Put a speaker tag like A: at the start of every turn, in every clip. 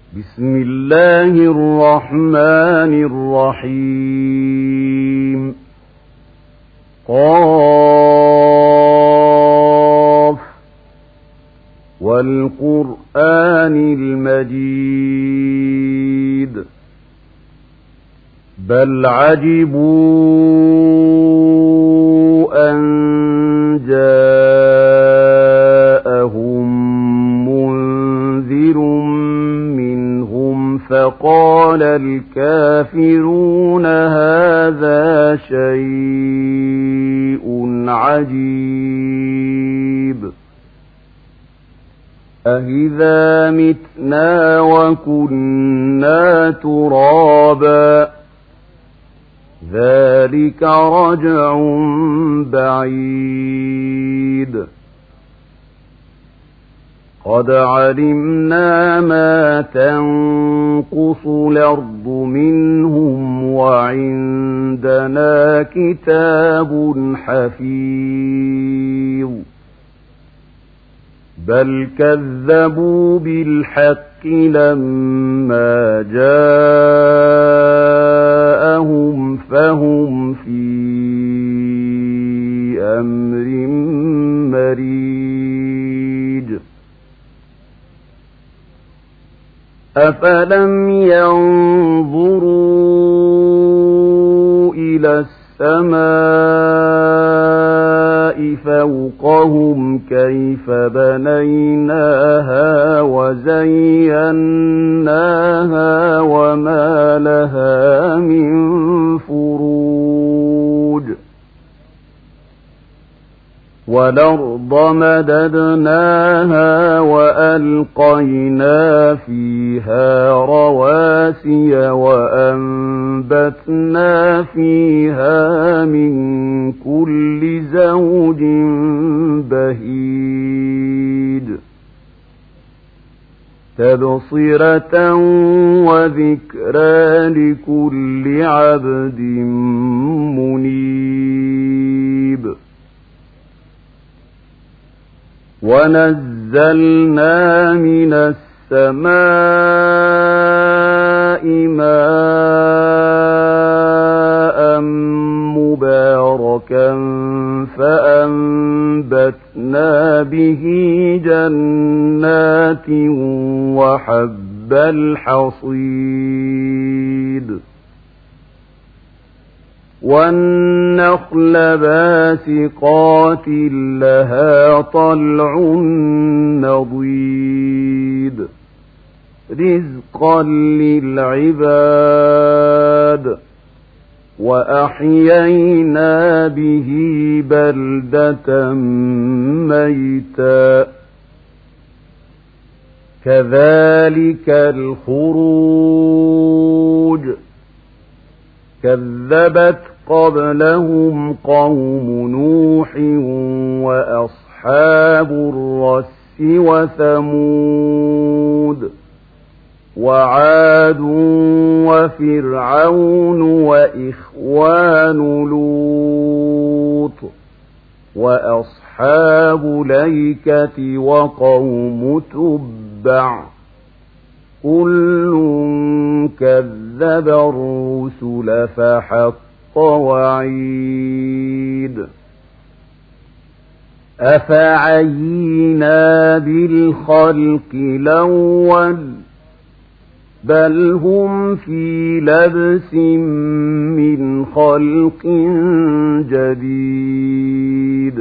A: بسم الله الرحمن الرحيم قاف والقرآن المجيد بل عجبوا أن جاءهم منذر منهم فقال الكافرون هذا شيء عجيب أإذا متنا وكنا ترابا ذلك رجع بعيد قد علمنا ما تنقص الأرض منهم وعندنا كتاب حفيظ بل كذبوا بالحق لما جاءهم فهم في أمر مريج أفلم ينظروا إلى السماء فوقهم كيف بنيناها وزيناها وما لها من فروج والأرض مددناها وألقينا فيها رواسي وأنبتنا فيها من كل زوج بهيج تبصرة وذكرى لكل عبد منيب ونزلنا من السماء ماء مباركا فأنبتنا به جنات وحب الحصيد والنخل باسقات لها طلع نضيد رزقا للعباد وأحيينا به بلدة ميتا كذلك الخروج كذبت قبلهم قوم نوح وأصحاب الرس وثمود وعاد وفرعون وإخوان لوط وأصحاب الأيكة وقوم تبع كل كذب الرسل فحق وعيد أفعينا بالخلق الأول بل هم في لبس من خلق جديد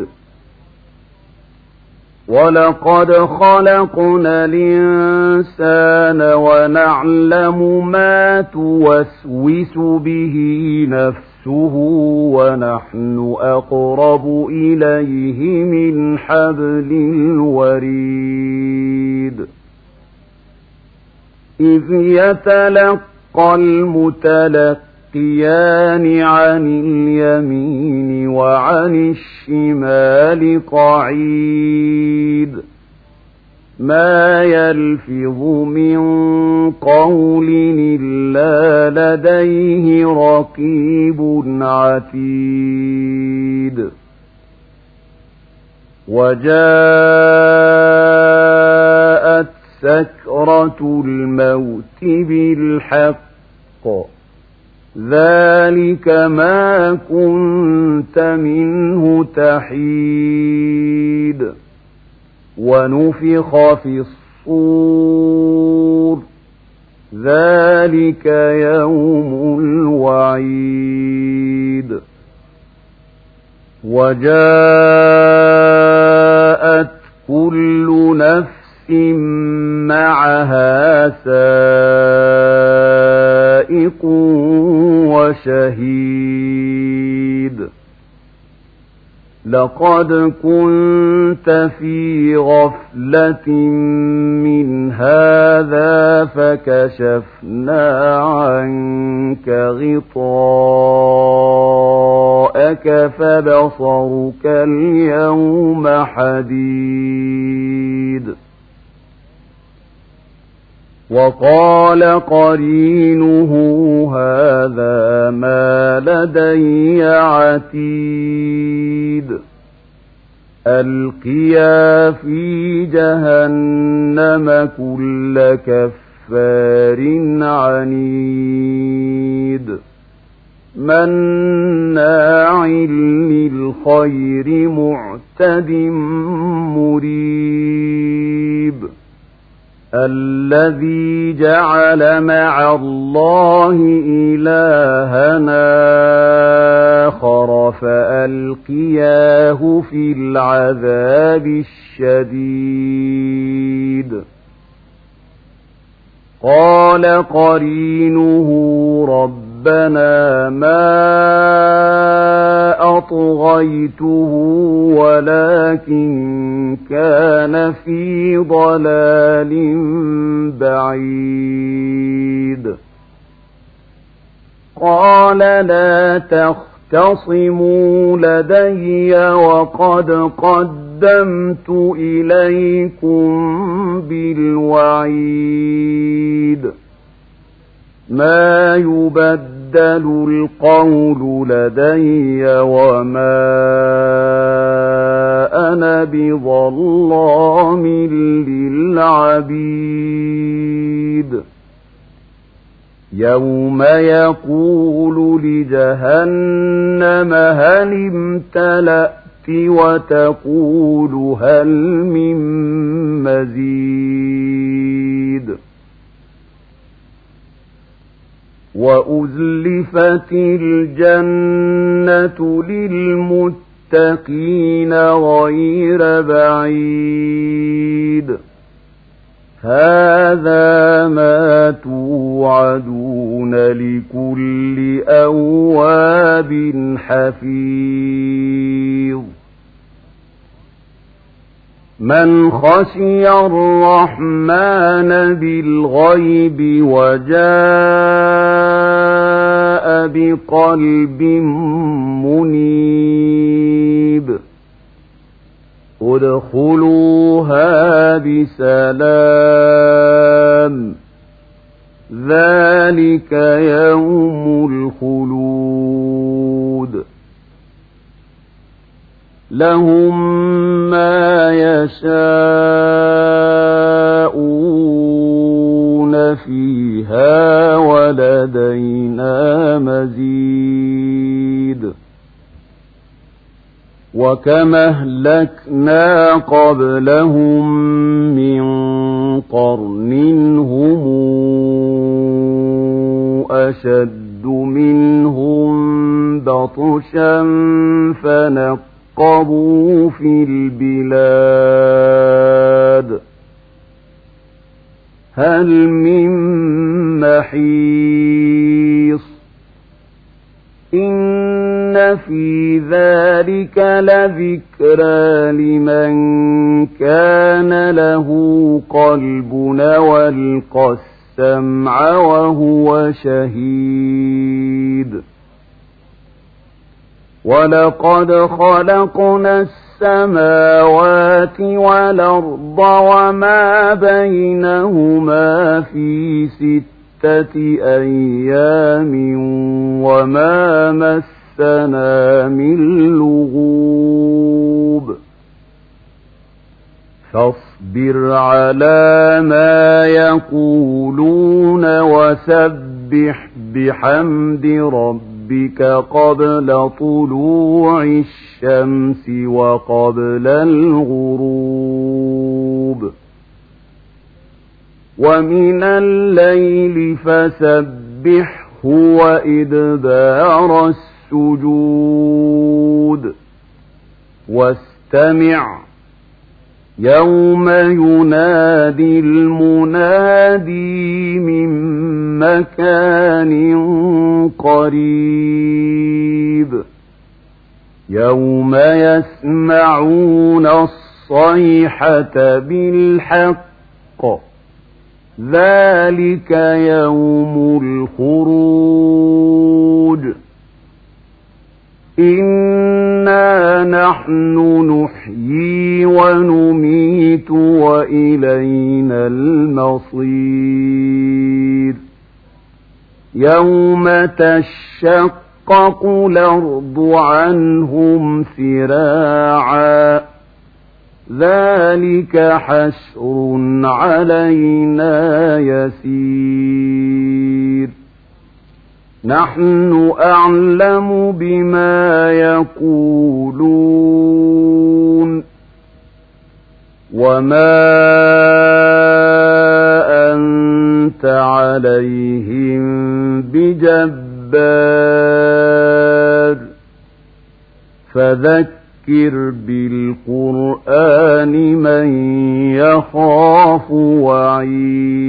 A: ولقد خلقنا الإنسان ونعلم ما توسوس به نفسه ونحن أقرب إليه من حبل الوريد إذ يتلقى المتلقيان عن اليمين وعن الشمال قعيد ما يلفظ من قول إلا لديه رقيب عتيد وجاءت سكرة الموت بالحق ذلك ما كنت منه تحيد ونفخ في الصور ذلك يوم الوعيد وجاءت كل نفس معها سائق وشهيد لقد كنت في غفلة من هذا فكشفنا عنك غطاءك فبصرك اليوم حديد وقال قرينه هذا ما لدي عتيد ألقيا في جهنم كل كفار عنيد مناع للخير معتد مريب الذي جعل مع الله إلهنا آخر فألقياه في العذاب الشديد قال قرينه ربنا ما أطغيته ولكن كان في ضلال بعيد قال لا تختصموا لدي وقد قدمت إليكم بالوعيد ما يبدل القول لدي وما أنا بظلام للعبيد يوم يقول لجهنم هل امتلأت وتقول هل من مزيد وأزلفت الجنة للمتقين غير بعيد هذا ما توعدون لكل أواب حفيظ من خشي الرحمن بالغيب وجاء بقلب منيب ادخلوها بسلام ذلك يوم الخلود لهم ما يشاءون فيها ولدينا مزيد وكما أهلكنا قبلهم من قرن هم أشد منهم بطشا فنقبوا في البلاد هل من محيص إن في ذلك لذكرى لمن كان له قلب والقى السمع وهو شهيد ولقد خلقنا السماوات والأرض وما بينهما في 6 أيام وما مسنا من لغوب فاصبر على ما يقولون وسبح بحمد ربك قبل طلوع الشمس وقبل الغروب ومن الليل فسبحه وإدبار السجود واستمع يوم ينادي المنادي من مكان قريب يوم يسمعون الصيحة بالحق ذلك يوم الخروج إنا نحن نحيي ونميت وإلينا المصير يوم تشقق الأرض عنهم سراعا ذلك حشر علينا يسير نحن أعلم بما يقولون وما أنت عليهم بجبار فذكر بالقرآن من يخاف وعيد